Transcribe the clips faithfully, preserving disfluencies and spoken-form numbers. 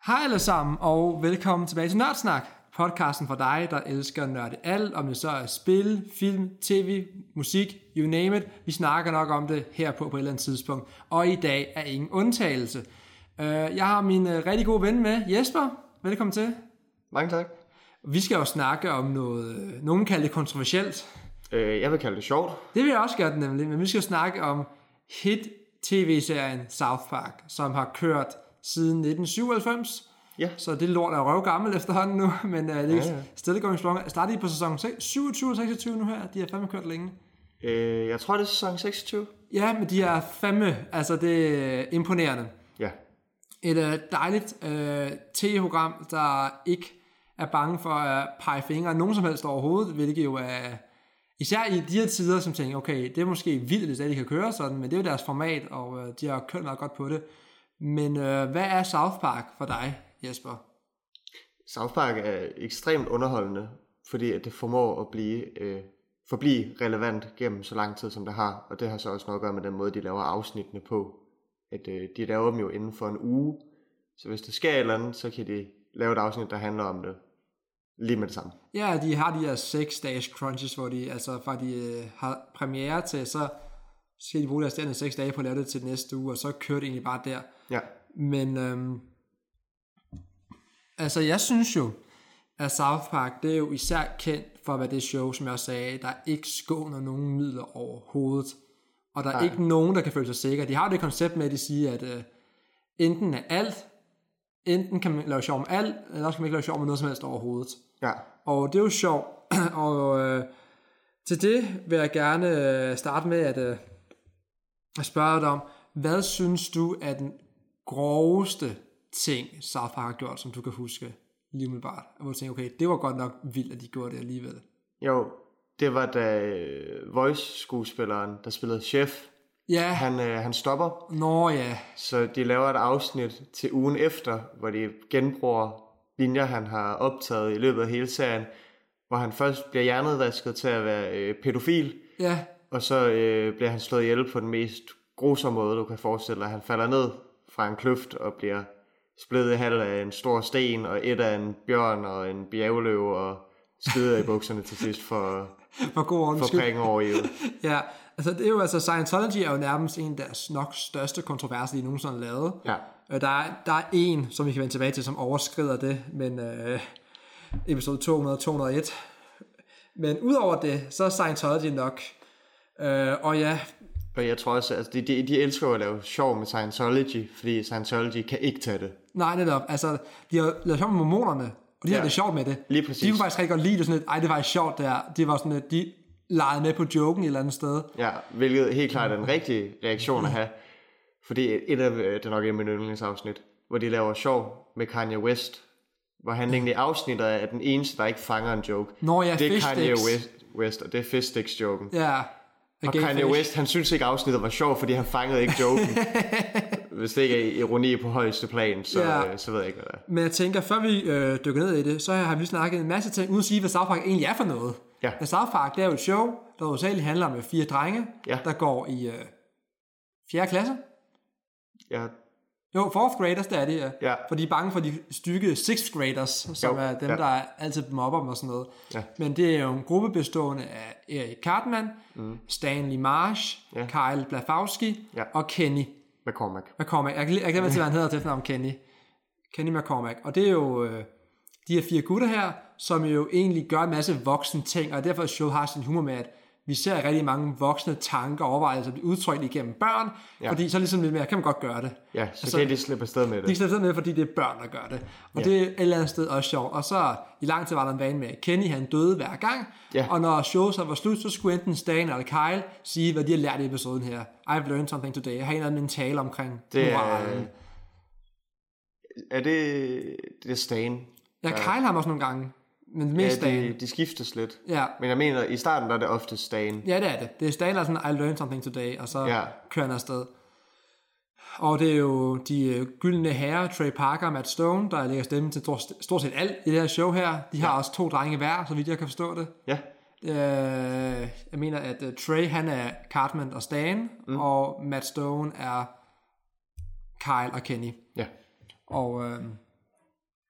Hej alle sammen, og velkommen tilbage til Nørdsnak, podcasten for dig, der elsker at nørde alt, om det så er spil, film, tv, musik, you name it. Vi snakker nok om det her på på et eller andet tidspunkt, og i dag er ingen undtagelse. Jeg har min rigtig gode ven med, Jesper. Velkommen til. Mange tak. Vi skal jo snakke om noget, nogen kalder det kontroversielt. Øh, jeg vil kalde det sjovt. Det vil jeg også gøre nemlig, men vi skal jo snakke om hit-tv-serien South Park, som har kørt siden nitten syvoghalvfems. Ja. Så det lort er røv gammel efterhånden nu, men uh, det er ja, ja. stadig going strong. Starter de på sæson syvogtyve og seksogtyve nu her? De har fandme kørt længe. Øh, jeg tror, det er sæson seksogtyve. Ja, men de er fandme, altså det er imponerende. Ja. Et uh, dejligt uh, tv-program, der ikke er bange for at pege fingre af nogen som helst overhovedet, hvilket jo er, især i de her tider, som tænker, okay, det er måske vildt, hvis de kan køre sådan, men det er jo deres format, og uh, de har kørt meget godt på det. Men øh, hvad er South Park for dig, Jesper? South Park er ekstremt underholdende, fordi at det formår at blive, øh, forblive relevant gennem så lang tid, som det har. Og det har så også noget at gøre med den måde, de laver afsnittene på. At øh, de laver dem jo inden for en uge. Så hvis der sker et eller andet, så kan de lave et afsnit, der handler om det lige med det samme. Ja, de har de her seks dages crunches, hvor de altså fra de øh, har premiere til, så skal de bruge deres stærne seks dage på at lave det til næste uge, og så kører det egentlig bare der. Ja. Men øhm, altså jeg synes jo, at South Park, det er jo især kendt for at være det show, som jeg sagde, der ikke skåner nogen midler overhovedet. Og der er Nej. ikke nogen, der kan føle sig sikker. De har jo det koncept med, at de siger, at øh, enten er alt, enten kan man lave sjov med alt, eller også kan man ikke lave sjov med noget som helst overhovedet. Ja. Og det er jo sjovt. og øh, til det vil jeg gerne øh, starte med at, øh, at spørge dig om, hvad synes du er den groveste ting, South Park har gjort, som du kan huske lige umiddelbart? Hvor du tænker, okay, det var godt nok vildt, at de gjorde det alligevel. Jo, det var da voice-skuespilleren, der spillede Chef, ja. han, øh, han stopper. Nå ja. Så de laver et afsnit til ugen efter, hvor de genbruger linjer, han har optaget i løbet af hele serien, hvor han først bliver hjernedvasket til at være øh, pædofil, ja. og så øh, bliver han slået ihjel på den mest grusomme måde, du kan forestille dig. Han falder ned fra en kløft og bliver splittet i halv af en stor sten, og et af en bjørn og en bjergeløve, og skider i bukserne til sidst for, for, god for prikken over i det. Ja, altså det er jo, altså Scientology er jo nærmest en af deres nok største kontroverser, de nogensinde har lavet. Ja. Der er, der er en, som vi kan vende tilbage til, som overskrider det, men øh, episode to hundrede og to hundrede og et. Men udover det, så er Scientology nok. Øh, og ja... Og jeg tror også, at altså, de, de, de elsker at lave sjov med Scientology, fordi Scientology kan ikke tage det. Nej, netop. Altså, de har lavet sjov med mormonerne, og de ja. har det sjovt med det. Lige præcis. De kunne faktisk rigtig godt lide det sådan lidt, ej, det var sjovt der. De var sådan lidt, de legede med på joken et eller andet sted. Ja, hvilket helt klart er den rigtige reaktion at have. Fordi et af det er nok en af mine yndlingsafsnit, hvor de laver sjov med Kanye West, hvor han egentlig afsnittet er den eneste, der ikke fanger en joke. Nå ja, det er Kanye West, West, og det er Fish Sticks joken. Ja. Og Kanye fish. West, han synes ikke afsnittet var sjov, fordi han fangede ikke joken. Hvis det ikke er ironi på højeste plan, så, ja. så ved jeg ikke, hvad det er. Men jeg tænker, før vi øh, dykker ned i det, så har vi snakket en masse ting, uden at sige, hvad South Park egentlig er for noget. Ja. Men South Park, det er jo et show, der hovedsageligt handler om fire drenge, ja. der går i øh, fjerde klasse. Ja. Jo, fourth graders, det er det, ja. ja. For de er bange for de stykke sixth graders, som jo. er dem, ja. der altid mobber dem og sådan noget. Ja. Men det er jo en gruppe bestående af Eric Cartman, mm. Stanley Marsh, ja. Kyle Blafowski ja. og Kenny McCormack. McCormack. Jeg, jeg glemmer til, hvad han hedder til navn Kenny. Kenny McCormack. Og det er jo øh, de her fire gutter her, som jo egentlig gør en masse voksne ting, og derfor er showet har sin humor med, at vi ser rigtig mange voksne tanker og overvejelser blive udtrykt igennem børn, ja. fordi så ligesom lidt mere, kan man godt gøre det. Ja, så altså, kan de slippe afsted med det. De slipper afsted med det, fordi det er børn, der gør det. Og ja. det er et eller andet sted også sjovt. Og så i lang tid var der en vane med, at Kenny han døde hver gang, ja. og når showet så var slut, så skulle enten Stan eller Kyle sige, hvad de har lært i episoden her. I've learned something today. Jeg har en eller anden tale omkring det moralen. Er det, det er Stan? Ja, Kyle har også nogle gange. Men det mest ja, Stan. de, de skiftes lidt. Ja. Men jeg mener, i starten der er det ofte Stan. Ja, det er det. Det er Stan, der er sådan, I learned something today, og så ja. kører han afsted. Og det er jo de gyldne herrer, Trey Parker og Matt Stone, der lægger stemme til stort set alt i det her show her. De har ja. også to drenge hver, så vidt jeg kan forstå det. Ja. Øh, jeg mener, at uh, Trey, han er Cartman og Stan, mm. og Matt Stone er Kyle og Kenny. Ja. Og... Øh,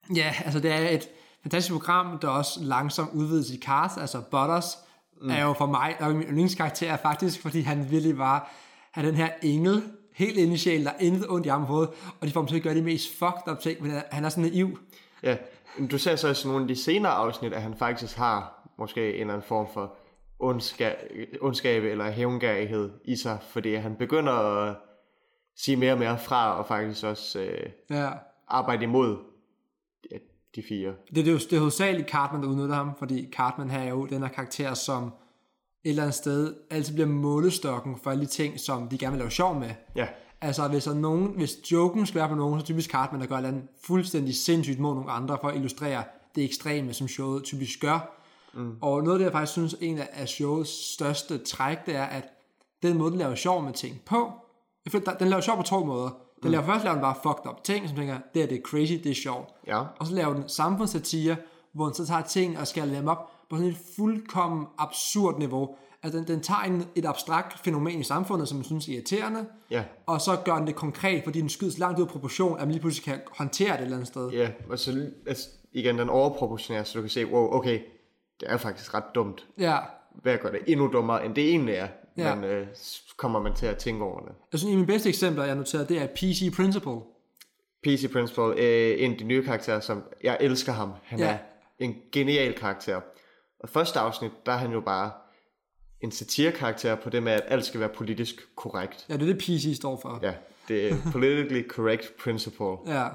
Ja, altså det er et fantastisk program, der også langsomt udvides i cast. Altså Butters mm. er jo for mig, der er jo min yndlingskarakter faktisk, fordi han virkelig var han den her engel, helt inde i sjælen, der er intet ondt i ham på hovedet, og de får ham til at gøre de mest fucked up ting, men han er sådan naiv. Ja, du ser så i nogle af de senere afsnit, at han faktisk har måske en eller anden form for ondskab, ondskab eller hævngærighed i sig, fordi han begynder at sige mere og mere fra, og faktisk også øh, ja. arbejde imod ja, de fire. Det, det, er jo, det er hovedsageligt Cartman, der udnytter ham, fordi Cartman har jo den her karakter, som et eller andet sted altid bliver målestokken for alle de ting, som de gerne vil lave sjov med. Ja. Altså hvis, der nogen, hvis joken skal være på nogen, så typisk Cartman, der gør et eller andet fuldstændig sindssygt mod nogle andre, for at illustrere det ekstreme, som showet typisk gør. Mm. Og noget af det, jeg faktisk synes, en af showets største træk, det er, at den måde, den laver sjov med ting på, den laver sjov på to måder. Den laver mm. først laver den bare fucked up ting, som tænker, det er det er crazy, det er sjovt. Ja. Og så laver den samfundssatire, hvor den så tager ting og skal lave dem op på sådan et fuldkommen absurd niveau. Altså den, den tager en, et abstrakt fænomen i samfundet, som man synes er irriterende, ja. Og så gør den det konkret, fordi den skydes langt ud af proportion, at man lige pludselig kan håndtere det et eller andet sted. Ja, og så altså, igen, den overproportionerer, så du kan se, wow, okay, det er faktisk ret dumt. Ja. Hvad gør det endnu dummere, end det egentlig er? Ja. Men øh, kommer man til at tænke over det. Jeg synes, en af mine bedste eksempler, jeg noteret, det er P C Principal. P C Principal, øh, en af de nye karakterer, som jeg elsker ham. Han ja. er en genial karakter. Og første afsnit, der er han jo bare en satirekarakter på det med, at alt skal være politisk korrekt. Ja, det er det P C står for. Ja, det er Politically Correct Principal. Ja.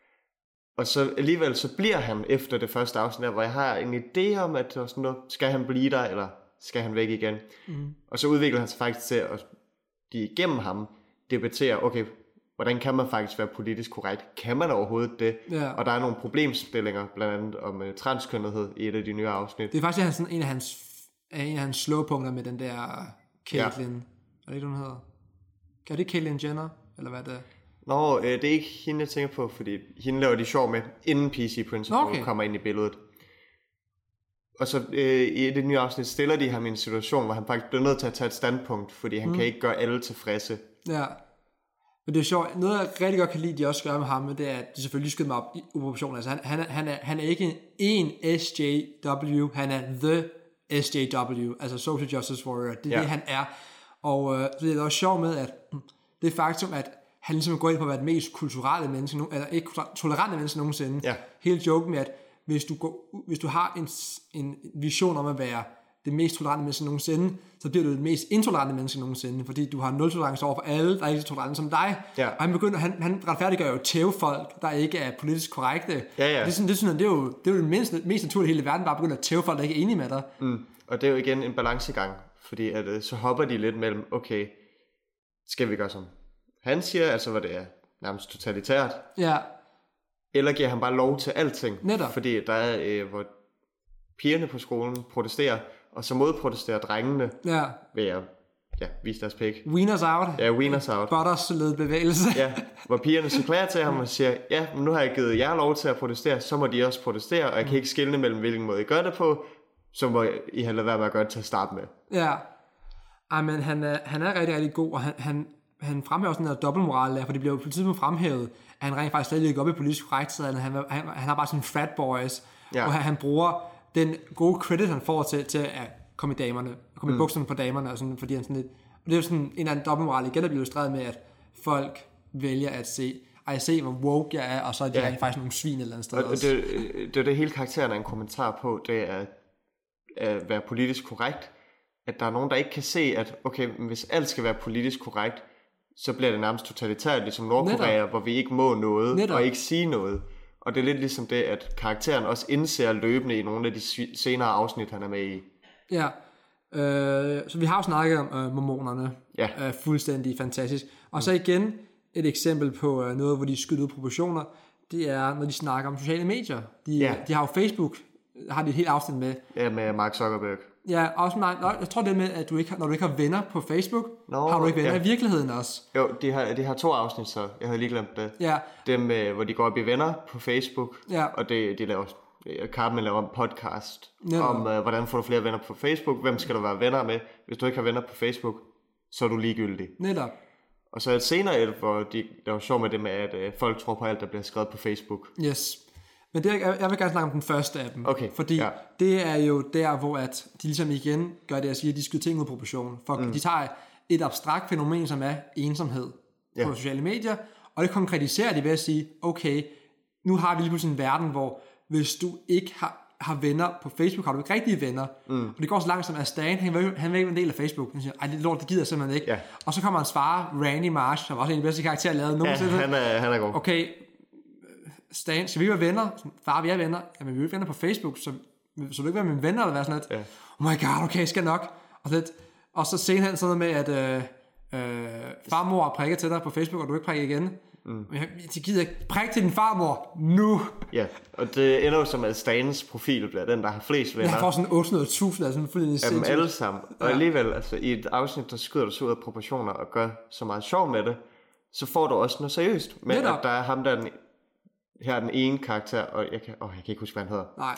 Og så alligevel, så bliver han efter det første afsnit, hvor jeg har en idé om, at sådan noget, skal han blive der, eller skal han væk igen? Mm. Og så udvikler han sig faktisk til, at de igennem ham debatterer, okay, hvordan kan man faktisk være politisk korrekt? Kan man overhovedet det? Ja. Og der er nogle problemstillinger, blandt andet om uh, transkønnethed i et af de nye afsnit. Det er faktisk sådan en af hans, en af hans slåpunkter med den der Caitlyn. Ja. Er det ikke, hun hedder? Er det Caitlyn Jenner? Eller hvad er det? Nå, øh, det er ikke hende, jeg tænker på, fordi hende laver de sjov med, inden P C Principal okay. kommer ind i billedet. Og så øh, i det nye afsnit stiller de ham i en situation, hvor han faktisk bliver nødt til at tage et standpunkt, fordi han mm. kan ikke gøre alle tilfredse. Ja, men det er sjovt. Noget jeg rigtig godt kan lide, de også gør med ham, det er, at de selvfølgelig skyder mig op i proportioner. Altså han, han, er, han, er, han er ikke en S J W, han er the S J W, altså Social Justice Warrior. Det er ja. det, han er. Og øh, så er det også sjovt med, at det faktum, at han ligesom går ind på at være det mest kulturelle menneske, eller ikke tolerante menneske nogensinde. Ja. Hele joken med, at hvis du, går, hvis du har en, en vision om at være det mest tolerante menneske nogensinde, så bliver du det mest intolerante menneske nogensinde, fordi du har nul tolerance over for alle, der er ikke så tolerante som dig. Ja. Og han begynder, han, han retfærdiggør jo tævefolk, der ikke er politisk korrekte. Ja, ja. Det er sådan, det, sådan, det er jo det, er jo det mest, mest naturlige i hele verden, bare begynder at tævefolk, der ikke er enige med dig. Mm. Og det er jo igen en balancegang, fordi at, så hopper de lidt mellem, okay, skal vi gøre som han siger, altså hvor det er nærmest totalitært. Ja. Eller giver han bare lov til alting. Netop. Fordi der er, øh, hvor pigerne på skolen protesterer, og så modprotesterer drengene ja. ved at ja, vise deres pik. Wieners out. Ja, wieners out. Butters led bevægelse. Ja, hvor pigerne så klager til ham og siger, ja, men nu har jeg givet jer lov til at protestere, så må de også protestere, og jeg kan ikke skelne mellem, hvilken måde I gør det på, så må I have ladet være med at gøre det til at starte med. Ja. Ej, men han er, han er rigtig, rigtig god, og han, han, han fremhæver sådan en dobbeltmoral der, for det bliver jo på tidspunkt fremhævet, at han rent faktisk stadig ligger op i politisk korrekthed, han, han, han, han har bare sådan frat boys, ja. Og han, han bruger den gode credit, han får til, til at komme i damerne, komme mm. i bukserne på damerne, og sådan, fordi han sådan lidt, og det er jo sådan en eller anden dobbeltmoral igen, der bliver illustreret med, at folk vælger at se, ej, se hvor woke jeg er, og så er de ja. faktisk nogle svin et eller andet sted og også. Det, det er det hele karakteren er en kommentar på, det er at være politisk korrekt, at der er nogen, der ikke kan se, at okay, hvis alt skal være politisk korrekt, så bliver det nærmest totalitært, ligesom Nordkorea, Netop. Hvor vi ikke må noget, Netop. Og ikke sige noget. Og det er lidt ligesom det, at karakteren også indser løbende i nogle af de senere afsnit, han er med i. Ja, øh, så vi har jo snakket om øh, mormonerne. Ja. Øh, fuldstændig fantastisk. Og så igen et eksempel på øh, noget, hvor de skyder ud proportioner, det er, når de snakker om sociale medier. De, ja. de har jo Facebook, har de et helt afsnit med. Ja, med Mark Zuckerberg. Ja, også nej, jeg tror det med, at du ikke har, når du ikke har venner på Facebook, Nå, har du ikke venner ja. i virkeligheden også. Jo, de har, de har to afsnit, så jeg havde lige glemt det. Ja. Dem, hvor de går op i venner på Facebook, ja. og det, de laver, Cartman laver en podcast ja. om, uh, hvordan får du flere venner på Facebook, hvem skal du være venner med. Hvis du ikke har venner på Facebook, så er du ligegyldig. Netop. Og så et senere et, hvor de laver sjov med det med, at uh, folk tror på alt, der bliver skrevet på Facebook. Yes. Men det, jeg, jeg vil gerne snakke om den første af dem. Okay, fordi ja. det er jo der, hvor at de ligesom igen gør det at sige, at de skyder ting ud af proportion. For mm. de tager et abstrakt fænomen, som er ensomhed ja. på sociale medier, og det konkretiserer de ved at sige, okay, nu har vi lige pludselig en verden, hvor hvis du ikke har, har venner på Facebook, har du ikke rigtige venner. Mm. Og det går så langt som, at Stan, han vil, han vil ikke være en del af Facebook. Han siger, ej, det lort, det gider jeg simpelthen ikke. Ja. Og så kommer hans far, Randy Marsh, som også er en af de bedste karakterer, lavet nogensinde. Ja, han er, han er god. Okay, Stan, skal vi være venner? Far, vi er venner. Jamen, vi er jo ikke venner på Facebook, så, så du ikke være mine venner, eller hvad sådan lidt? Ja. Oh my god, okay, skal nok. Og, lidt, og så senere han sådan noget med, at øh, øh, farmor har prikket til dig på Facebook, og du ikke prikker igen. Mm. De gider ikke prik til din farmor nu. Ja, og det ender jo som, at Stans profil bliver den, der har flest venner. Jeg får sådan otte hundrede tusind, altså fuldstændig af dem alle sammen. Og ja. Alligevel, altså i et afsnit, der skyder du så ud af proportioner og gør så meget sjov med det, så får du også noget seriøst med, Netop. At der er ham der, den, her er den ene karakter, og jeg kan, åh, jeg kan ikke huske, hvad han hedder. Nej.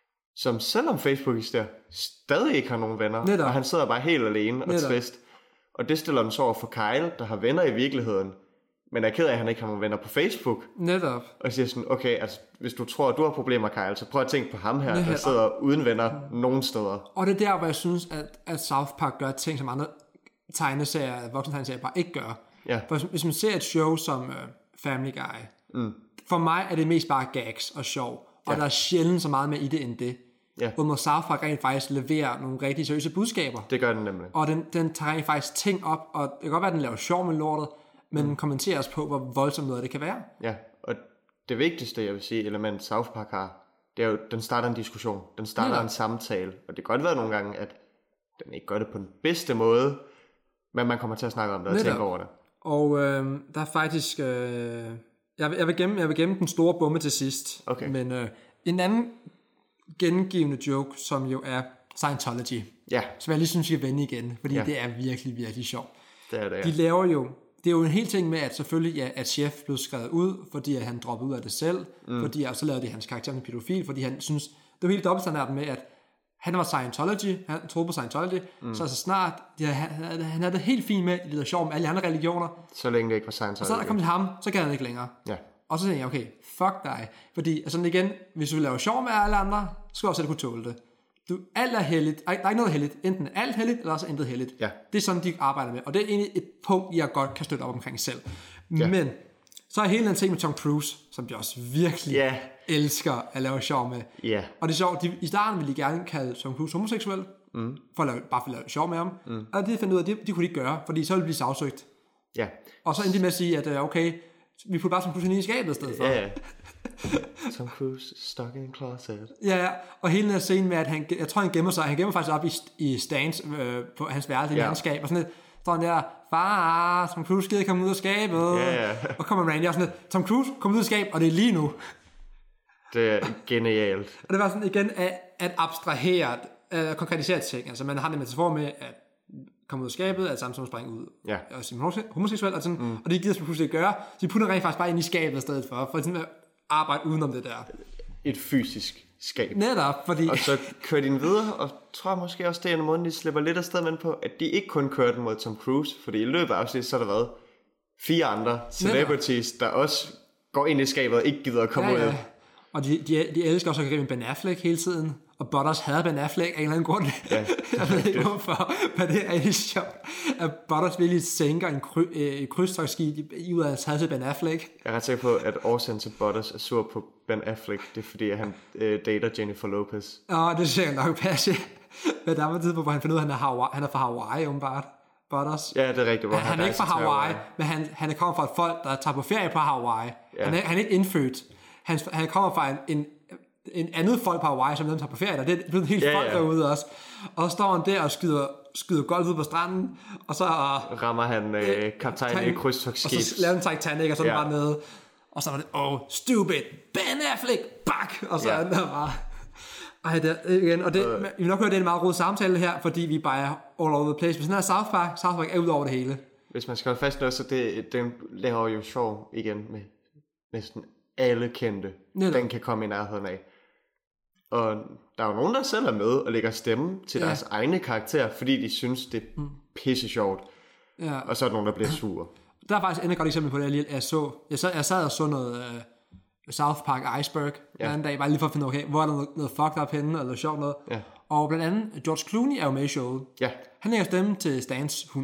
Som selvom Facebook i stedet stadig ikke har nogen venner, Netop. Og han sidder bare helt alene og Netop. trist. Og det stiller den så over for Kyle, der har venner i virkeligheden, men er ked af, at han ikke har nogen venner på Facebook. Netop. Og siger sådan, okay, altså, hvis du tror, at du har problemer, Kyle, så prøv at tænke på ham her, Netop. Der sidder uden venner nogen steder. Og det er der, hvor jeg synes, at, at South Park gør ting, som andre tegneserier, voksne tegneserier bare ikke gør. Ja. For hvis man ser et show som uh, Family Guy, mm. for mig er det mest bare gags og sjov. Og ja. Der er sjældent så meget mere i det end det. Ja. Hvor South Park rent faktisk leverer nogle rigtig seriøse budskaber. Det gør den nemlig. Og den, den tager faktisk ting op, og det kan godt være, at den laver sjov med lortet, men mm. kommenterer også på, hvor voldsomt noget det kan være. Ja, og det vigtigste, jeg vil sige, element South Park har, det er jo, den starter en diskussion. Den starter ja. En samtale. Og det kan godt være nogle gange, at den ikke gør det på den bedste måde, men man kommer til at snakke om det og tænke over det. Og øh, der er faktisk... Øh, jeg, vil, jeg, vil gemme, jeg vil gemme den store bombe til sidst. Okay. Men øh, en anden gengivende joke, som jo er Scientology. Ja. Som jeg lige synes, vi skal vende igen, fordi ja. Det er virkelig, virkelig sjovt. Det er det, ja. De laver jo... Det er jo en hel ting med, at selvfølgelig ja, at Chef blev skrevet ud, fordi at han droppede ud af det selv, mm. fordi og så lavede de hans karakter med pædofil, fordi han synes, det var helt dobbeltstandarden med, at han var Scientology, han troede på Scientology, mm. så altså snart, de, han, han havde det helt fint med, det lyder sjovt med alle de andre religioner. Så længe det ikke var Scientology. Og så der kom til ham, så gad han ikke længere. Ja. Og så tænkte jeg, okay, fuck dig, fordi altså igen, hvis du vil lave sjov med alle andre, så skal du også selv kunne tåle det. Du, alt er heldigt. Der er ikke noget heldigt. Enten alt heldigt, eller også intet heldigt. Ja. Det er sådan, de arbejder med. Og det er egentlig et punkt, jeg godt kan støtte op omkring selv. Ja. Men så er hele den ting med Tom Cruise, som de også virkelig yeah. elsker at lave sjov med. Yeah. Og det er sjovt, de, i starten ville de gerne kalde Tom Cruise homoseksuel, mm. for at lave, bare for at lave sjov med ham. Mm. Og det fandt ud af, det de kunne de ikke gøre, fordi så ville de blive sagsøgt. Ja. Og så endte de med at sige, at okay, vi putter bare Tom Cruise ind i skabet i stedet for. Ja, ja. Tom Cruise stuck in a closet. Ja, ja, og hele den her scene med, at han, jeg tror han gemmer sig, han gemmer faktisk op i, i Stans, øh, på hans værelse, ja. I hans skab, og sådan lidt, står han der, far, Tom Cruise gider komme ud af skabet, ja, ja. Og kommer Randy og sådan lidt, Tom Cruise, kom ud af skab, og det er lige nu. Det er genialt. Og det var sådan igen, at, at abstrahere, at konkretisere ting, altså man har det metafor med, at komme ud af skabet, at samme som at springe ud, ja. Og sige homoseksuel, og, sådan, mm. og det gider sig pludselig ikke gøre, så de putter rent faktisk bare ind i skabet i stedet for, for sådan at arbejde udenom det der. Et fysisk skab. Netop, fordi... Og så kører de den videre, og tror måske også, det er en måde, de slipper lidt afsted med på, at de ikke kun kører den mod Tom Cruise, fordi i løbet af afsnit, så har der været fire andre celebrities, der også går ind i skabet og ikke gider at komme ja, ja. Ud. Og de, de, de elsker også at gribe Ben Affleck hele tiden, og Butters havde Ben Affleck af en eller anden grund. Ja, jeg ved ikke hvorfor, men det er rigtig sjovt, at Butters virkelig sænker en kry, øh, krydstogsskib i ud af at tage til Ben Affleck. Jeg er ret sikker på, at årsagen til Butters er sur på Ben Affleck, det er fordi, at han øh, dater Jennifer Lopez. Åh, det synes jeg nok passe. Men der var en tid på, hvor han finder ud af, at han er, Hawaii, han er fra Hawaii, åbenbart. Butters. Ja, det er rigtigt. Hvor han, han er ikke fra Hawaii, Hawaii, men han, han er kommet fra et folk, der tager på ferie på Hawaii. Ja. Han, er, han er ikke indfødt. Han, han kommer fra en, en, en andet folk på Hawaii, som dem tager på ferie, og det er blevet helt ja, folk ja. Derude også. Og så står han der og skyder, skyder golf ud på stranden, og så rammer han øh, kaptajn i krydstogsskib. Og så laver han Titanic, og så er ja. Bare nede. Og så var det, oh, stupid, Ben Affleck, bak! Og så ja. Er den der bare... Ej, det, igen, og det, øh. vi vil nok høre, det er en meget god samtale her, fordi vi bare er all over the place. Hvis den her South Park, South Park er ud over det hele. Hvis man skal holde fast noget, så det, den laver jo sjov igen med næsten alle kendte. Netop. Den kan komme i nærheden af. Og der er jo nogen, der selv er med og lægger stemme til ja. Deres egne karakterer, fordi de synes, det er mm. pisse sjovt. Ja. Og så er der nogen, der bliver sure. Der er faktisk endnu godt eksempel på det, jeg, lige, jeg så. Jeg sad, jeg sad og så noget, South Park Iceberg ja. den anden dag, bare lige for at finde, okay, hvor er der noget, noget fucked up henne, eller noget sjovt noget. Ja. Og blandt andet, George Clooney er jo med i showet. Ja. Han lægger stemme til Stans hund.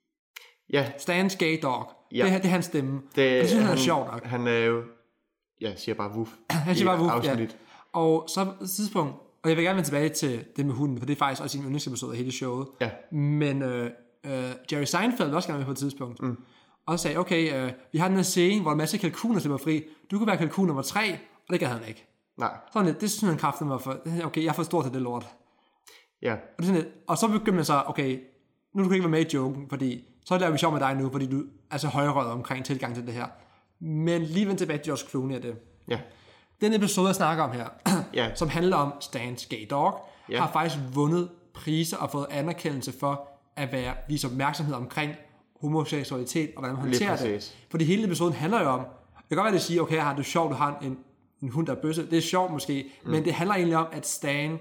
Ja. Stans gay dog. Ja. Det, det er hans stemme. Det, det synes han, han er sjovt nok. Han er jo, ja, siger bare wuff. Han siger bare wuff, ja. Og så på et tidspunkt, og jeg vil gerne vende tilbage til det med hunden, for det er faktisk også en yndlingsepisode af hele showet. Ja. Men øh, øh, Jerry Seinfeld vil også gerne med på et tidspunkt. Mm. Og sagde, okay, øh, vi har den her scene, hvor en masse kalkuner slipper fri. Du kan være kalkun nummer tre, og det gad han ikke. Nej. Sådan lidt, det synes han kraftigt mig for. Okay, jeg forstår til det lort. Ja. Og, det sådan lidt, og så begyndte man så, okay, nu du kan ikke være med i joken, fordi så laver vi sjov med dig nu, fordi du er så højrøget omkring tilgang til det her. Men lige vend tilbage til George Clooney af det. Ja. Den episode, jeg snakker om her, ja. som handler om Stans gay dog, ja. har faktisk vundet priser og fået anerkendelse for at være, vise opmærksomhed omkring homoseksualitet og hvordan man håndterer det. Fordi hele episoden handler jo om, det kan godt være, at siger, okay, har du sjovt, du har en, en hund, der er bøsse. Det er sjovt måske, mm. men det handler egentlig om, at Stan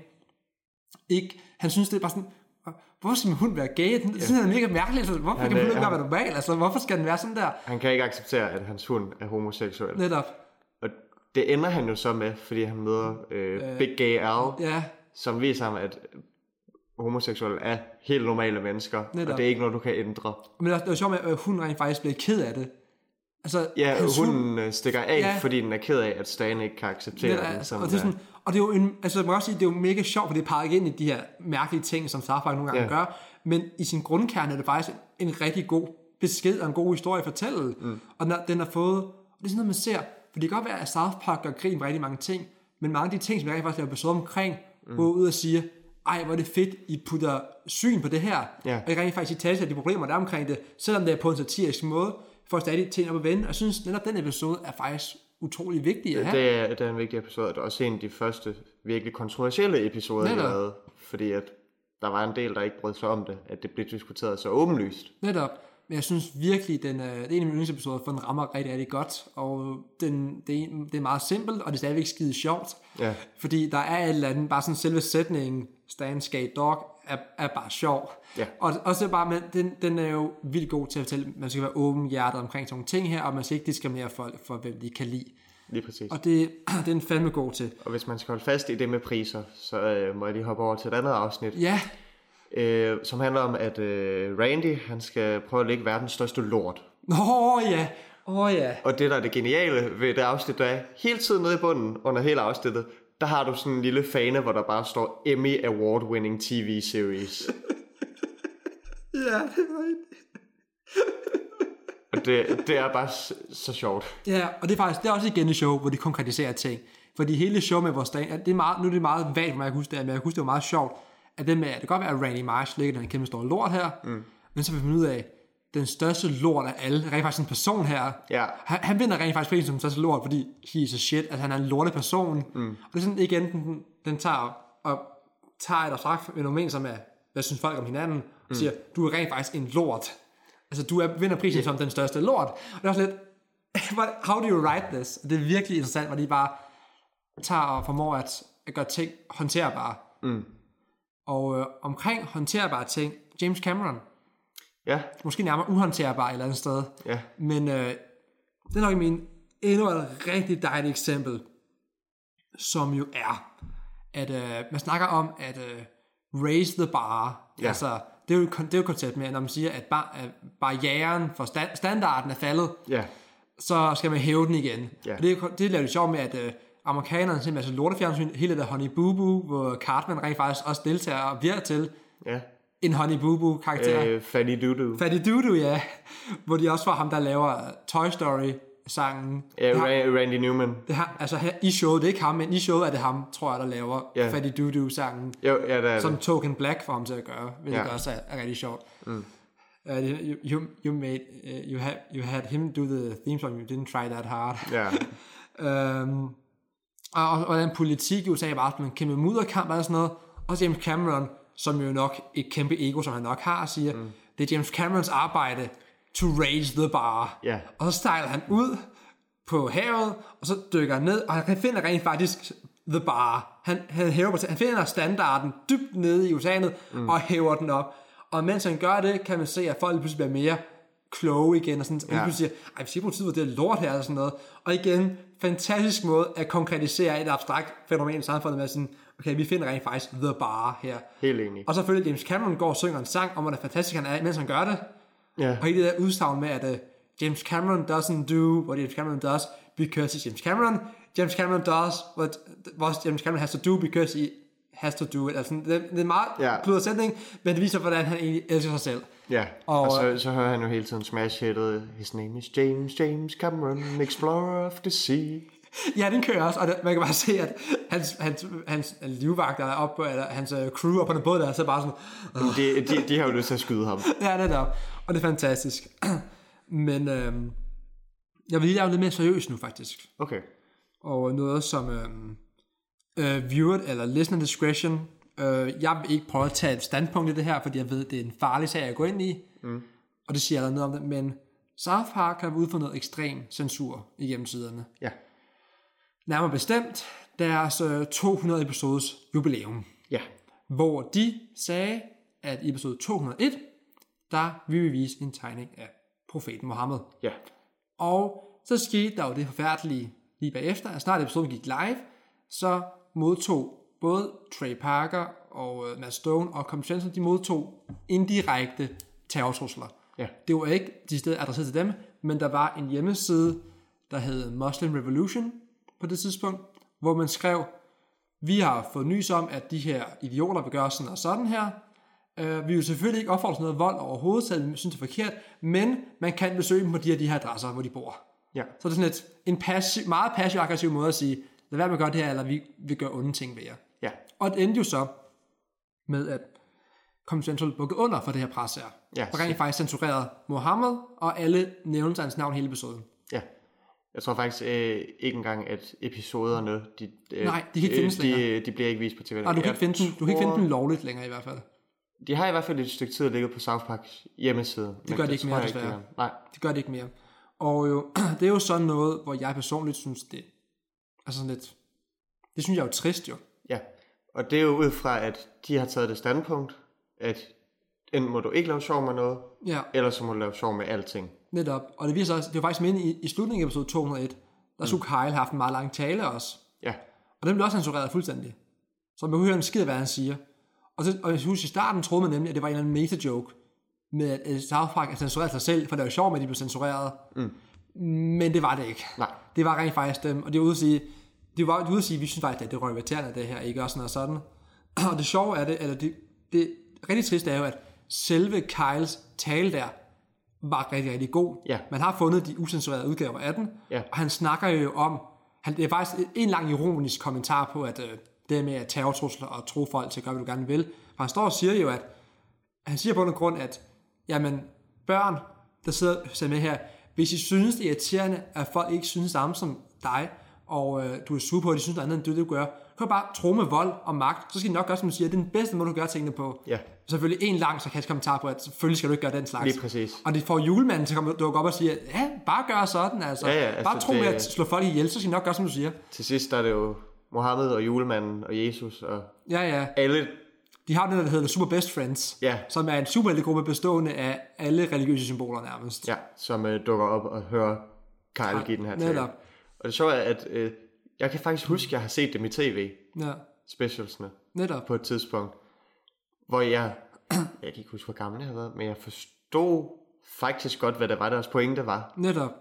ikke, han synes, det er bare sådan, hvorfor skal min hund være gay? Det synes han er mega mærkeligt. Altså, hvorfor han, kan min hund ikke være normal? Altså, hvorfor skal den være sådan der? Han kan ikke acceptere, at hans hund er homoseksuel. Netop. Og det ender han jo så med, fordi han møder øh, øh, Big Gay Al, ja. som viser ham, at homoseksuelle er helt normale mennesker, Netop. Og det er ikke noget, du kan ændre. Men det er jo sjovt med, at hunden rent faktisk bliver ked af det. Altså, ja, hunden hund... stikker af, ja. fordi den er ked af, at Stan ikke kan acceptere det. Altså, og, det er sådan, og det er jo en, altså man kan også sige, det er jo mega sjovt, for det peger ind i de her mærkelige ting, som South Park nogle gange ja. gør, men i sin grundkerne er det faktisk en rigtig god besked og en god historie at fortælle. Mm. Og den, den har fået, og det er sådan noget, man ser, for det kan godt være, at South Park gør grin med rigtig mange ting, men mange af de ting, som jeg faktisk laver episode omkring, mm. går ud og siger, ej, hvor er det fedt, I putter syn på det her, ja. og I rent faktisk i tale de problemer, der er omkring det, selvom det er på en satirisk måde, for stadig ting op at vende, og jeg synes, netop den episode er faktisk utrolig vigtig at have. Det er, det er en vigtig episode, og det er også en af de første virkelig kontroversielle episoder, jeg lavede, fordi at der var en del, der ikke brød sig om det, at det blev diskuteret så åbenlyst. Netop, men jeg synes virkelig, den, det er en af mine yndlingsepisoder, for den rammer rigtig, rigtig godt, og den, det, er, det er meget simpelt, og det er stadigvæk skide sjovt, ja. fordi der er et eller andet, bare sådan selve sætningen, Stan Gay Dog, er, er bare sjov. Ja. Og også bare, men den, den er jo vildt god til at fortælle, man skal være åben hjertet omkring sådan nogle ting her, og man skal ikke diskriminere folk for, hvem de kan lide. Lige præcis. Og det, det er en fandme god til. Og hvis man skal holde fast i det med priser, så øh, må jeg lige hoppe over til et andet afsnit. Ja. Øh, som handler om, at øh, Randy, han skal prøve at lægge verdens største lort. Åh oh, ja, åh oh, ja. Og det, der er det geniale ved det afsnit, der er hele tiden nede i bunden, under hele afsnittet, der har du sådan en lille fane, hvor der bare står Emmy Award Winning T V Series. Ja, det er rigtigt. Og det, det er bare så, så sjovt. Ja, og det er faktisk det er også igen et show, hvor de konkretiserer ting. Fordi hele show med vores dag, det er meget, nu er det meget vagt, hvor jeg kan huske det, men jeg kan huske, det var meget sjovt, at det med, at det kan godt være, at Randy Marsh ligger den kæmpe store lort her, mm. men så vil vi finde ud af, den største lort af alle, rent faktisk en person her, ja. han, han vinder rent faktisk prisen som den største lort, fordi he's a shit, altså han er en lorte person, mm. og det er sådan igen, den, den tager og tager et abstrakt fænomen, som er, hvad synes folk om hinanden, og mm. siger, du er rent faktisk en lort, altså du er, vinder prisen yeah. som den største lort, og det er også lidt, how do you write this? Det er virkelig interessant, hvor de bare tager og formår at, at gøre ting håndterbare. Mm. Og øh, omkring håndterbare ting, James Cameron, ja. måske nærmere uhåndterbare et eller andet sted, ja. men øh, det er nok min endnu et rigtig dejligt eksempel, som jo er, at øh, man snakker om at øh, raise the bar, ja. altså det er jo det er jo koncept med, når man siger, at, bar, at barrieren for stand, standarden er faldet, ja. så skal man hæve den igen. Ja. Og det, det er jo sjovt med, at øh, amerikanerne simpelthen så lortefjernsyn, hele det Honey Boo Boo, hvor Cartman rent faktisk også deltager og bliver til ja. en Honey Boo Boo karakter. Øh, Fatty Doodoo. Fatty Doodoo, ja. Hvor de også får ham, der laver Toy Story sangen. Ja, har, Randy Newman. Det har, altså her, i showet, det er ikke ham, men i showet er det ham, tror jeg, der laver ja. Fatty Doodoo sangen. Jo, ja, det er som det. Token Black for ham til at gøre, hvilket ja. også er, er rigtig sjovt. Mm. Uh, you, you, you made, uh, you, had, you had him do the theme song, you didn't try that hard. Ja. um, og, og, og den politik i U S A bare sådan en kæmpe mudderkamp og sådan noget. Og James Cameron, som jo nok et kæmpe ego, som han nok har, siger, mm. det er James Camerons arbejde to raise the bar. Yeah. Og så stejler han ud på havet, og så dykker han ned, og han finder rent faktisk the bar. Han, han, hæver på, han finder standarden dybt nede i oceanet, mm. og hæver den op. Og mens han gør det, kan man se, at folk pludselig bliver mere kloge igen, og sådan, og yeah. pludselig siger, ej, vi skal på tid, hvor det er lort her, og sådan noget. Og igen fantastisk måde at konkretisere et abstrakt fænomen i samfundet med sådan, okay, vi finder rent faktisk the bar her. Helt enig. Og så selvfølgelig James Cameron går og synger en sang om, hvor fantastisk han er, mens han gør det. Ja. Og hele det der udsagn med, at uh, James Cameron doesn't do what James Cameron does because he's James Cameron. James Cameron does what, what James Cameron has to do because he has to do it. Altså, det, det er en meget ja. kludret sætning, men det viser, hvordan han egentlig elsker sig selv. Ja, og, og så, så hører han jo hele tiden smash-hittet, his name is James, James Cameron, explorer of the sea. Ja, den kører også, og det, man kan bare se, at hans, hans, hans livvagter er oppe på, eller hans uh, crew op på den båd der, så er bare sådan... Uh. De, de, de har jo lyst til at skyde ham. Ja, det er der, og det er fantastisk. Men øh, jeg vil lige lave lidt mere seriøst nu, faktisk. Okay. Og noget som øh, øh, viewer eller listener discretion. Øh, jeg vil ikke prøve at tage et standpunkt i det her, fordi jeg ved, det er en farlig sag at gå ind i. Mm. Og det siger jeg noget om det, men South Park har været ude for noget ekstrem censur i hjemmesiderne. Ja. Nærmere bestemt deres øh, to hundrede episodes jubilæum. Ja. Hvor de sagde, at i episode to hundrede og et, der vil vi vise en tegning af profeten Mohammed. Ja. Og så skete der jo det forfærdelige lige bagefter, at snart episoden gik live, så modtog både Trey Parker og uh, Matt Stone og Comedy Central, de modtog indirekte terrortrusler. Ja. Det var ikke de steder adresseret til dem, men der var en hjemmeside, der hed Muslim Revolution på det tidspunkt, hvor man skrev, vi har fået nys om, at de her idioter vil gøre sådan og sådan her. Uh, vi vil selvfølgelig ikke opfordre noget vold overhovedet, så vi synes det er forkert, men man kan besøge dem på de her, de her adresser, hvor de bor. Ja. Så det er sådan et, en passiv, meget passiv-aggressiv måde at sige, lad være med at gøre det her, eller vi vil gøre onde ting ved jer. Ja. Og det endte jo så med, at Comedy Central bukkede under for det her pres her. Ja, og rent faktisk censurerede Mohammed og alle nævnte hans navn hele episoden. Ja. Jeg tror faktisk øh, ikke engang, at episoderne, de, øh, Nej, de kan ikke findes de, længere. de bliver ikke vist på T V. Nej, du kan, ikke finde, den, du kan ikke finde den lovligt længere i hvert fald. De har i hvert fald et stykke tid ligget på South Parks hjemmeside. Det gør det ikke mere, desværre. Ikke, Nej. Det gør det ikke mere. Og jo, det er jo sådan noget, hvor jeg personligt synes, det altså sådan lidt, det synes jeg er jo trist jo. Ja, og det er jo ud fra, at de har taget det standpunkt, at enten må du ikke lave sjov med noget, ja. eller så må du lave sjov med alting. Netop, og det viser også, det var faktisk meningen i, i slutningen af episode to hundrede og et, der skulle mm. Kyle have haft en meget lang tale også. Ja. Og den blev også censureret fuldstændig. Så man kunne høre en skid, hvad han siger. Og, så, og jeg husker, i starten troede man nemlig, at det var en eller anden meta-joke, med at South Park censurerede sig selv, for det var jo sjovt med, at de blev censureret. Mm. Men det var det ikke. Nej. Det var rent faktisk dem, og det var ude at sige, det var ude at sige, vi synes faktisk, at det røg irriterende, det her, ikke også sådan og sådan. Og det sjove er det, eller det, det rigtig triste er jo, at selve Kyles tale der, var rigtig, rigtig god. Ja. Man har fundet de ucensurerede udgaver af den, ja. Og han snakker jo om, han, det er faktisk en lang ironisk kommentar på, at øh, det med at terrortrusler og tro folk til at gøre, hvad du gerne vil. For han står og siger jo, at han siger på den grund, at jamen, børn, der sidder og med her, hvis I synes, det er irriterende, at folk ikke synes samme som dig, og øh, du er sur på, at de synes noget andet, end det, du gør, kan du bare tro med vold og magt, så skal de nok gøre, som du siger, det er den bedste måde, du gør tingene på. Ja. Selvfølgelig en lang sarkastisk kommentar på, at selvfølgelig skal du ikke gøre den slags. Lige præcis. Og det får julemanden til at dukke op og sige, ja, bare gør sådan, altså. Ja, ja, altså bare tro det... med at slå folk ihjel, så skal de nok gøre, som du siger. Til sidst der er det jo Mohammed og julemanden og Jesus og ja, ja. alle. De har den, der hedder Super Best Friends, ja. Som er en superheltegruppe bestående af alle religiøse symboler nærmest. Ja, som uh, dukker op og hører Kyle give den her tale. Og det sjove er, at uh, jeg kan faktisk huske, at jeg har set dem i tv, ja. Specialsene, netop. På et tidspunkt, hvor jeg, jeg kan ikke huske, hvor gammel jeg har været, men jeg forstod faktisk godt, hvad der var deres pointe var. Netop.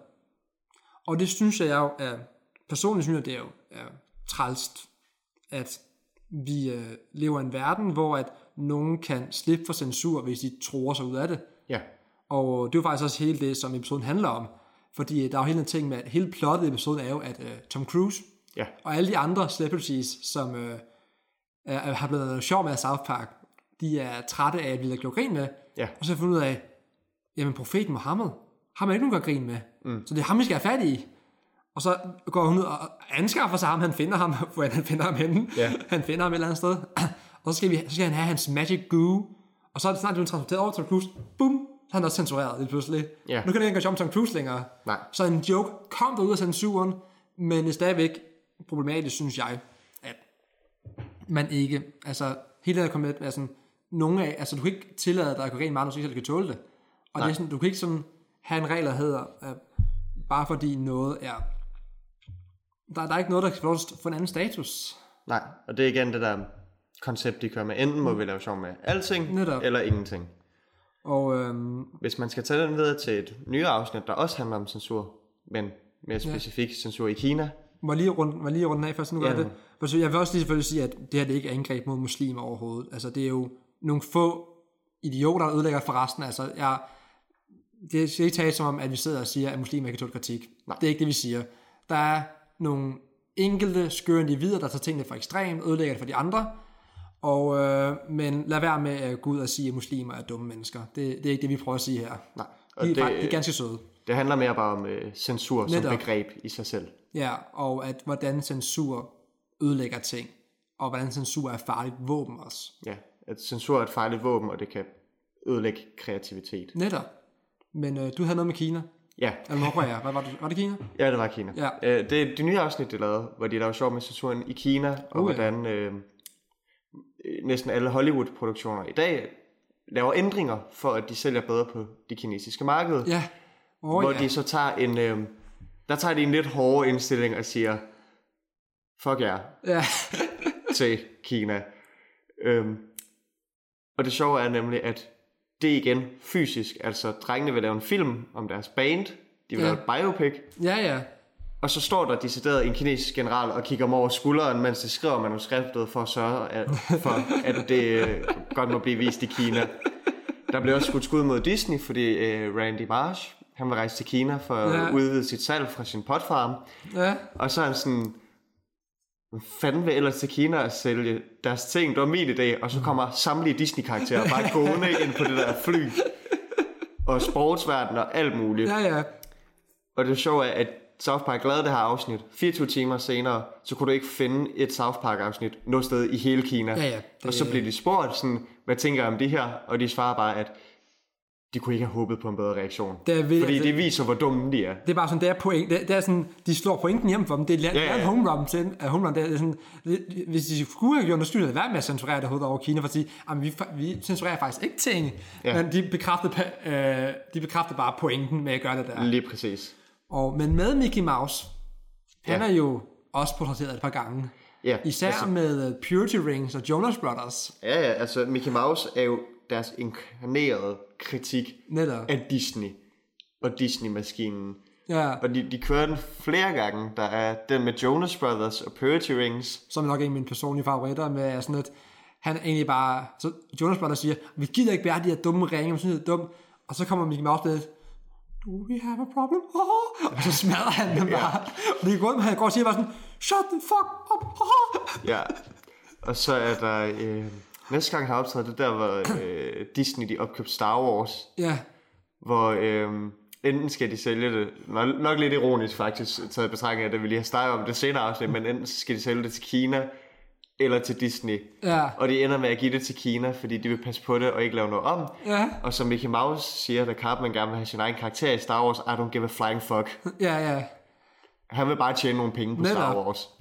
Og det synes jeg jo er, personligt synes jeg, det er jo er trælst, at vi øh, lever i en verden, hvor at nogen kan slippe for censur, hvis de tror sig ud af det. Ja. Og det er jo faktisk også hele det, som episoden handler om. Fordi der er jo hele en ting med, at hele plottet i episoden er jo, at øh, Tom Cruise ja. og alle de andre celebrities, som øh, er, har blevet sjov med af South Park, de er trætte af at blive gjort grin med. Ja. Og så har jeg fundet ud af, jamen profeten Mohammed har man ikke nogen gør grin med. Mm. Så det er ham, vi skal have fat i. Og så går hun ud og anskaffer sig ham, han finder ham, hvor han finder ham henne. Yeah. Han finder ham et eller andet sted. Og så skal, vi, så skal han have hans magic goo. Og så er det snart blevet transporteret over til Tom Cruise. Bum! Så er han også censureret lidt pludselig. Yeah. Nu kan det ikke engang om Tom Cruise længere. Nej. Så en joke kom der ud af censuren, men det er stadigvæk problematisk, synes jeg, at man ikke, altså hele det der kommet med sådan, nogle af, altså du kan ikke tillade dig at gå rent meget, når du ikke kan tåle det. Og det er sådan, du kan ikke sådan have en regel, der hedder, uh, bare fordi noget er Der, der er ikke noget, der kan få en anden status. Nej, og det er igen det der koncept, de kører med. Enten må vi lave sjov med alting, Netop. eller ingenting. Og, øhm, hvis man skal tage den videre til et nyere afsnit, der også handler om censur, men mere specifikt ja. censur i Kina. Må lige runde, må lige runde af først, nu gør ja. det. Jeg vil også lige selvfølgelig sige, at det her det ikke er angreb mod muslimer overhovedet. Altså det er jo nogle få idioter, der ødelægger for resten. Altså jeg, det skal ikke tage som om, at vi sidder og siger, at muslimer ikke kan tåle kritik. Nej. Det er ikke det, vi siger. Der er nogle enkelte skøre individer, der tager tingene for ekstremt, ødelægger det for de andre. Og, øh, men lad være med at gå ud og sige, at muslimer er dumme mennesker. Det, det er ikke det, vi prøver at sige her. Nej. Og de, er, det, de er ganske søde. Det handler mere bare om øh, censur Netop. som begreb i sig selv. Ja, og at hvordan censur ødelægger ting, og hvordan censur er et farligt våben også. Ja, at censur er et farligt våben, og det kan ødelægge kreativitet. Netop. Men øh, du havde noget med Kina. Ja. Eller Nordkorea. Hvad var det? Var det Kina? Ja, det var Kina. Ja. Øh, det er det nye afsnit, de lavede, hvor de lavede sjov med censuren i Kina, og uh, hvordan øh, næsten alle Hollywood-produktioner i dag laver ændringer, for at de sælger bedre på det kinesiske marked. Ja. Oh, hvor ja. de så tager en, øh, der tager de en lidt hårdere indstilling og siger, fuck jer, ja. til Kina. Øhm, og det sjove er nemlig, at det igen fysisk, altså drengene vil lave en film om deres band, de vil ja. lave et biopic, ja, ja. og så står der decideret en kinesisk general og kigger dem over skulderen, mens de skriver manuskriptet for at sørge at, for, at det godt må blive vist i Kina. Der blev også skudt skud mod Disney, fordi øh, Randy Marsh, han vil rejse til Kina for ja. at udvide sit salg fra sin potfarm, ja. og så er han sådan, hvad fanden vil ellers til Kina at sælge deres ting, det var min idé, og så kommer samtlige Disney-karakterer bare gående ind på det der fly, og sportsverden og alt muligt. Ja, ja. Og det sjove er, at South Park lavede det her afsnit, fireogtyve timer senere, så kunne du ikke finde et South Park-afsnit noget sted i hele Kina. Ja, ja, det... Og så blev de spurgt, sådan, hvad tænker jeg om det her? Og de svarer bare, at de kunne ikke have håbet på en bedre reaktion. Det er ved, fordi det, det viser, hvor dumme de er. Det er bare sådan, det er point, det, det er sådan, de slår pointen hjem for dem. Det er, ja, ja. er en home run til uh, home run. Det er sådan, det, hvis de skulle have gjort noget styrt, være med at censurere det hovedet over Kina, for at sige, at vi, vi censurerer faktisk ikke ting, ja. men de bekræftede, øh, de bekræftede bare pointen med at gøre det der. Lige præcis. Og, men med Mickey Mouse, han ja. er jo også portrætteret et par gange. Ja, Især altså, med Purity Rings og Jonas Brothers. Ja, ja, altså Mickey Mouse er jo deres inkarnerede kritik Netop. af Disney og Disney-maskinen. Ja. Og de, de kører den flere gange. Der er den med Jonas Brothers og Purity Rings. Som er nok en af mine personlige favoritter med sådan et, han er egentlig bare, så Jonas Brothers siger, vi gider ikke bære de her dumme ringe, men sådan noget dumt. Og så kommer Mickey Mouse med, do we have a problem? Oh. Og så smadrer han dem bare. Ja. Og det går, han går og siger bare sådan, shut the fuck up. Oh. Ja, og så er der... Øh... Næste gang har jeg optaget det der, hvor øh, Disney de opkøbte Star Wars. Ja. Hvor øh, enten skal de sælge det, nok, nok lidt ironisk faktisk, taget i betragtning af det, vi lige har snakket om det senere afsnit, men enten skal de sælge det til Kina, eller til Disney. Ja. Og de ender med at give det til Kina, fordi de vil passe på det og ikke lave noget om. Ja. Og som Mickey Mouse siger, da Cartman gerne vil have sin egen karakter i Star Wars, I don't give a flying fuck. Ja, ja. Han vil bare tjene nogle penge på Netop. Star Wars.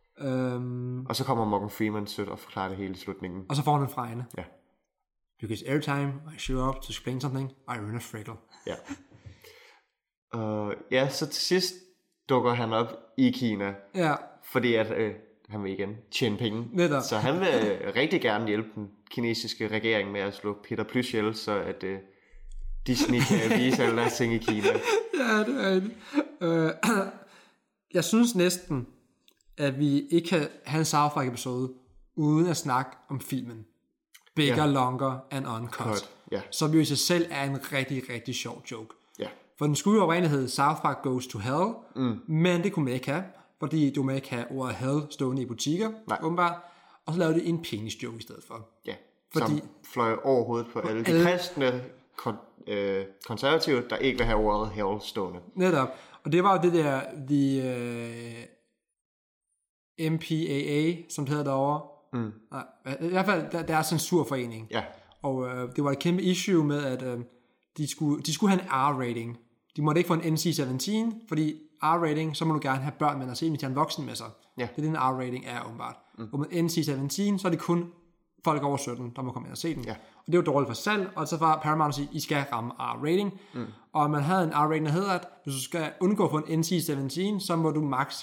Um, og så kommer Morgan Freeman sødt og forklarer det hele i slutningen. Og så får han en fra hende. Ja. Because every time I show up to explain something, I earn a freckle. Ja. Og ja, så til sidst dukker han op i Kina. Ja. Fordi at øh, han vil igen tjene penge. Netop. Så han vil øh, rigtig gerne hjælpe den kinesiske regering med at slå Peter Plys ihjel, så at øh, Disney kan vise alle deres ting i Kina. Ja, det er det. Øh, jeg synes næsten, at vi ikke kan have en South Park episode uden at snakke om filmen Bigger, yeah. Longer and Uncut, Cut. Yeah. som jo i sig selv er en rigtig, rigtig sjov joke. Yeah. For den skulle jo oprindeligt hedde South Park Goes to Hell, mm. men det kunne man ikke have, fordi du må ikke have ordet hell stående i butikker, Nej. åbenbart, og så lavede de en penis joke i stedet for. Ja, fordi, som fløj over hovedet på alle de kristne kon- øh, konservative, der ikke vil have ordet hell stående. Netop, og det var jo det der, the... Øh, M P A A, som det hedder derovre. Mm. Nej, i hvert fald, der, der er censurforening. Ja. Og øh, det var et kæmpe issue med, at øh, de, skulle, de skulle have en R-rating. De måtte ikke få en N C sytten, fordi R-rating, så må du gerne have børn med, og se, hvis de har en voksen med sig. Ja. Det er det, en R-rating er, åbenbart. Mm. Og med N C sytten, så er det kun folk over sytten, der må komme ind og se den. Ja. Og det er jo dårligt for salg, og så var Paramount at sige, I skal ramme R-rating. Mm. Og man havde en R-rating, der hedder, at hvis du skal undgå at få en N C sytten, så må du max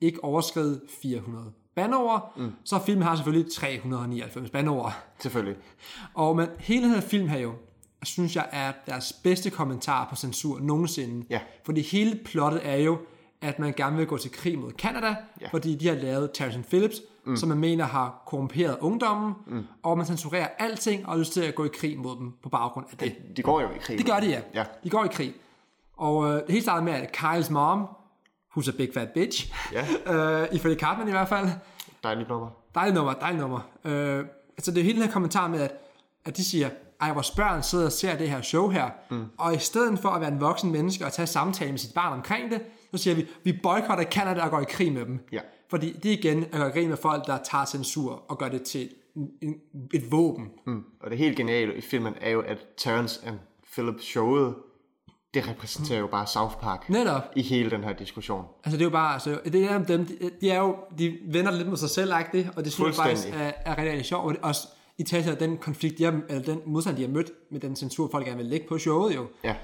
ikke overskride fire hundrede bandeord, mm. så filmen har selvfølgelig tre hundrede nioghalvfems bandeord. Selvfølgelig. Og men hele den her film her jo, synes jeg er deres bedste kommentar på censur nogensinde. Ja. Fordi hele plottet er jo, at man gerne vil gå til krig mod Canada, ja. fordi de har lavet Terrence Phillips, mm. som man mener har korrumperet ungdommen, mm. og man censurerer alting og har lyst til at gå i krig mod dem på baggrund af det. De, de går jo i krig. Det gør de, ja. ja. De går i krig. Og øh, det hele startede med, at Kyles mom, who's a big fat bitch, ja. øh, ifølge Cartman i hvert fald. Dejligt nummer. Dejligt nummer, dejligt nummer. Øh, altså det er hele den her kommentar med, at, at de siger, ej, vores børn sidder og ser det her show her, mm. og i stedet for at være en voksen menneske og tage samtale med sit barn omkring det, så siger vi, vi boykotter Canada og går i krig med dem. Ja. Fordi det igen er at gå i krig med folk, der tager censur og gør det til en, et våben. Mm. Og det helt geniale i filmen er jo, at Terrence and Phillips showet, det repræsenterer jo bare South Park. Netop. I hele den her diskussion. Altså det er jo bare, altså, det er dem, de, de er jo, de vender lidt mod sig selv-agtigt, og det synes jeg faktisk er, er rigtig, rigtig sjovt. Og også i tale af den konflikt, de har, eller den modstand, de har mødt med den censur, folk gerne vil lægge på showet jo. Ja.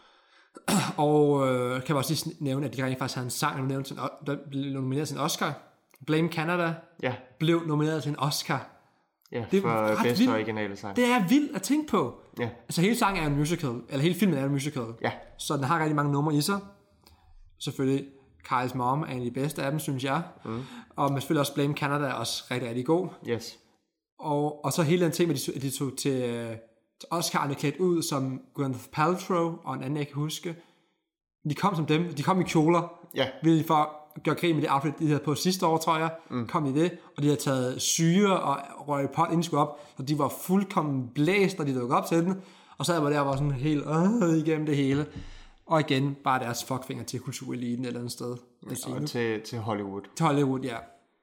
Og øh, kan man også lige nævne, at de rent faktisk har en sang, der blev nomineret til en Oscar. Blame Canada ja. blev nomineret til en Oscar. Ja, det for bedste originale sang. Det er vildt at tænke på. Ja. Altså hele sangen er en musical, eller hele filmen er en musical. Ja. Så den har rigtig mange numre i sig. Selvfølgelig Kyles mom er en af de bedste af dem, synes jeg. Mm. Og men selvfølgelig også Blame Canada er også rigtig, rigtig god. Yes. Og, og så hele den ting med, at de tog til, til Oscar'erne klædt ud som Gwyneth Paltrow og en anden, jeg kan huske. De kom som dem, de kom i kjoler. Ja. Ville for at gøre krig med det outfit, de havde på sidste år, tror jeg. Mm. Kom i det, og de havde taget syre og røg pot, inden de skulle op. Så de var fuldkommen blæst, når de dukkede op til den. Og så var der var sådan helt øh, igennem det hele. Og igen, bare deres fuckfinger til kultureliten et eller andet sted. Ja, og til, til Hollywood. Til Hollywood, ja.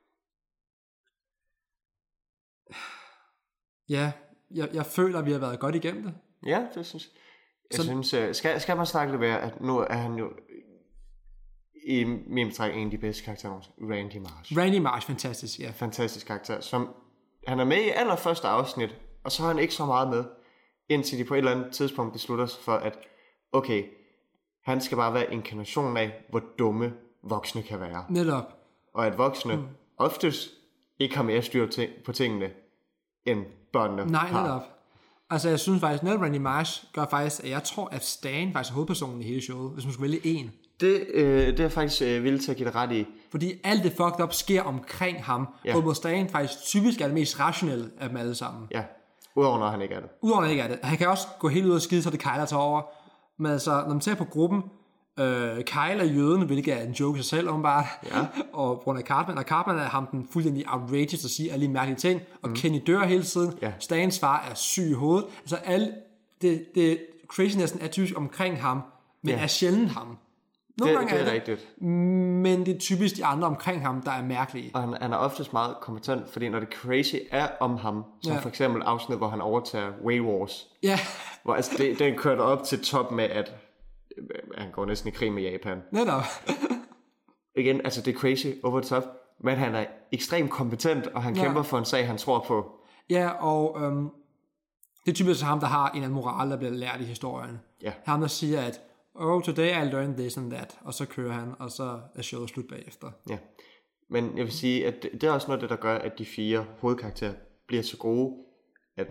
Ja, jeg, jeg føler, at vi har været godt igennem det. Ja, det synes jeg. Jeg så, synes, skal, skal man snakke lidt mere, at nu er han jo i min betragtning en af de bedste karakterer, Randy Marsh. Randy Marsh, fantastisk, ja. Fantastisk karakter, som han er med i allerførste afsnit, og så har han ikke så meget med, indtil de på et eller andet tidspunkt beslutter sig for, at okay, han skal bare være inkarnationen af, hvor dumme voksne kan være. Netop. Og at voksne mm. oftest ikke har mere styr på tingene, end børnene Nej, har. netop. Altså jeg synes faktisk, netop Randy Marsh gør faktisk, at jeg tror, at Stan faktisk er hovedpersonen i hele showet, hvis man skulle vælge en. Det, øh, det er faktisk øh, vildt til at give det ret i. Fordi alt det fucked up sker omkring ham, ja. Hvor Stan faktisk typisk er det mest rationelle af dem alle sammen. Ja, udover når han ikke er det. Udover når han ikke er det. Han kan også gå helt ud og skide, så det Kyle tager over. Men altså, når man ser på gruppen, øh, Kyle er jøden, hvilket er en joke sig selv, åbenbart. Ja. Og på grund af Cartman, og Cartman er ham den fuldstændig outrageous og siger alle de mærkelige ting, og mm. Kenny dør hele tiden. Ja. Stans far er syg i hovedet. Altså, alle, det, det crazinessen er typisk omkring ham, men ja. Er sjældent ham. Nogle det, gange det er, er det rigtigt. Men det er typisk de andre omkring ham, der er mærkelige. Og han, han er oftest meget kompetent, fordi når det crazy er om ham, som ja. For eksempel afsnit, hvor han overtager Way Wars, ja. Hvor altså, det, den kørte op til top med, at han går næsten i krig med Japan. Netop. Igen, altså det er crazy over the top, men han er ekstremt kompetent, og han ja. Kæmper for en sag, han tror på. Ja, og øhm, det er typisk ham, der har en eller anden moral, der bliver lært i historien. Ja. Ham, der siger, at oh, today I learned this and that, og så kører han, og så er showet slut bagefter. Ja, men jeg vil sige, at det er også noget af det, der gør, at de fire hovedkarakterer bliver så gode, at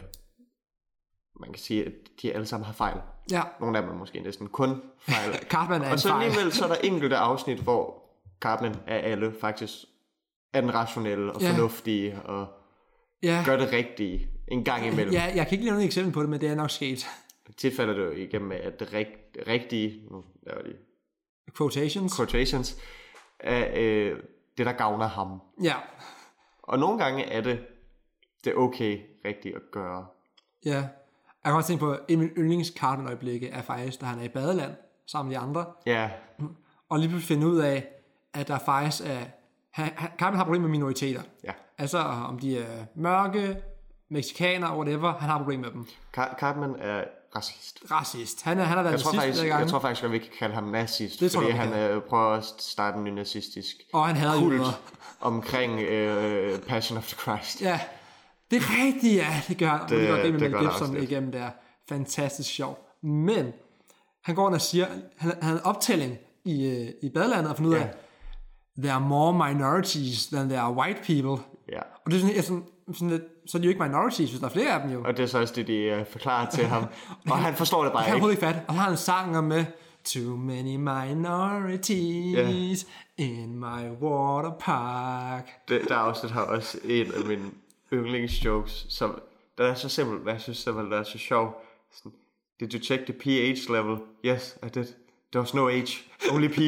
man kan sige, at de alle sammen har fejl. Ja. Nogle af dem er måske næsten kun fejl. Cartman er og så fejl. alligevel så er der enkelte afsnit, hvor Cartman er alle faktisk er den rationelle og ja. Fornuftige og ja. Gør det rigtige en gang imellem. Ja, jeg kan ikke lave noget eksempel på det, men det er nok sket. Tilfælder det jo igennem med, at det rigt, rigtige, nu laver de quotations, quotations er øh, det, der gavner ham. Ja. Og nogle gange er det, det er okay rigtigt at gøre. Ja. Jeg kan også tænke på, en af mine yndlings-Cartman-øjeblikke er faktisk, da han er i badeland sammen med de andre. Ja. Og lige pludselig finde ud af, at der faktisk er... Cartman har problemer med minoriteter. Ja. Altså om de er mørke, mexikanere, whatever, han har problemer med dem. Car- Cartman er racist. Racist. Han, er, han har været jeg tror, racist faktisk, jeg tror faktisk, at vi kan kalde ham nazist, det fordi tror, han øh, prøver at starte en ny nazistisk og han hader kult jøder. Omkring øh, Passion of the Christ. Ja, det er rigtigt, ja. Det gør han. Det, det gør det med det Mel Gibson igennem der. Fantastisk sjov. Men han går og siger, han, han har en optælling i, i badelandet og finder ud af, there are more minorities than there are white people. Ja. Og det er sådan, jeg sådan, sådan lidt, så er de jo ikke minorities, hvis der er flere af dem jo. Og det er så også det, de uh, forklarer til ham. Og han forstår det bare ikke. Han ikke. har ikke fat. Og så har han en sang om med, too many minorities yeah. in my water park. Det, der er også, det har også en af mine yndlingsjokes, som der er så simpelt, hvad jeg synes, det er så sjov. Sådan, did you check the pH level? Yes, I did. There was no H, only P.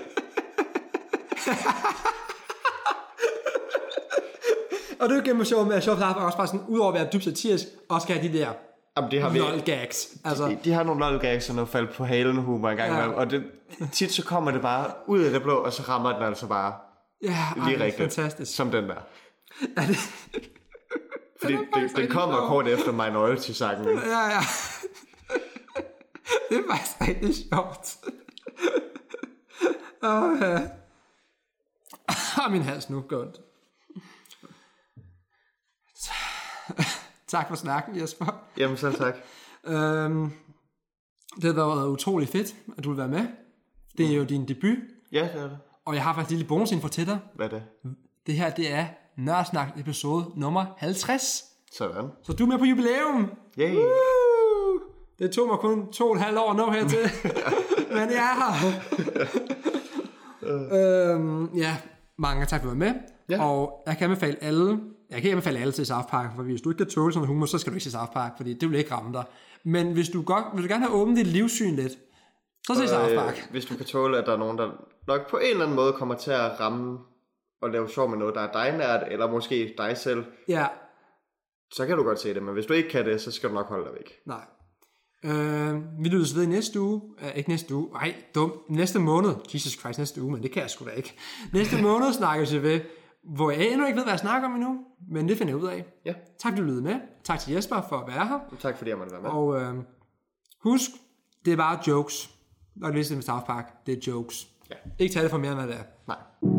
Og det er jo gennem sjovt med, at sjovt har også bare sådan, udover at være dybt satirisk, også skal have de der Jamen, de har lol gags. Altså. De, de har nogle lol gags og noget fald på halen humor en gang Ja. imellem, og det, tit så kommer det bare ud af det blå, og så rammer den altså bare Ja, lige ej, rigtigt. fantastisk. Som den der. Ja, det, Fordi det er det, faktisk det rigtig kommer sjovt. kort efter Minority-sangen. ja, ja. Det er faktisk rigtig sjovt. Åh, oh, ja. Og min hals nu går ondt. Tak for snakken, Jesper. Jamen selv tak. Øhm, det har været utrolig fedt, at du vil være med. Det er jo din debut, Ja, det er det. og jeg har faktisk en lille bonusinfo til dig. Hvad er det? Det her, det er Nørdsnak episode nummer halvtreds. Sådan. Så du er med på jubilæum. Yay. Woo! Det tog mig kun to og et halvt år at nå hertil. Men jeg er her. øhm, ja, mange tak for at være med. Ja. Og jeg kan anbefale alle, jeg kan anbefale alle til South Park, for hvis du ikke kan tåle sådan noget humor, så skal du ikke se South Park, fordi det vil ikke ramme dig. Men hvis du, godt, hvis du gerne have åbnet dit livssyn lidt, så se South Park. Øh, hvis du kan tåle, at der er nogen, der nok på en eller anden måde kommer til at ramme og lave sjov med noget, der er dig nært, eller måske dig selv, Ja, så kan du godt se det. Men hvis du ikke kan det, så skal du nok holde dig væk. nej. Øh, vi lyttes ved i næste uge. Uh, ikke næste uge. Nej, dum. Næste måned. Jesus Christ, næste uge, men det kan jeg sgu da ikke. Næste måned snakker vi ved, hvor jeg endnu ikke ved, hvad jeg snakker om endnu, men det finder jeg ud af. Ja. Tak fordi du lyttede med. Tak til Jesper for at være her. Tak fordi jeg måtte være med. Og øh, husk, det er bare jokes. Når det er med South Park, det er jokes. Ja. Ikke tage det for mere, end hvad det er. Nej.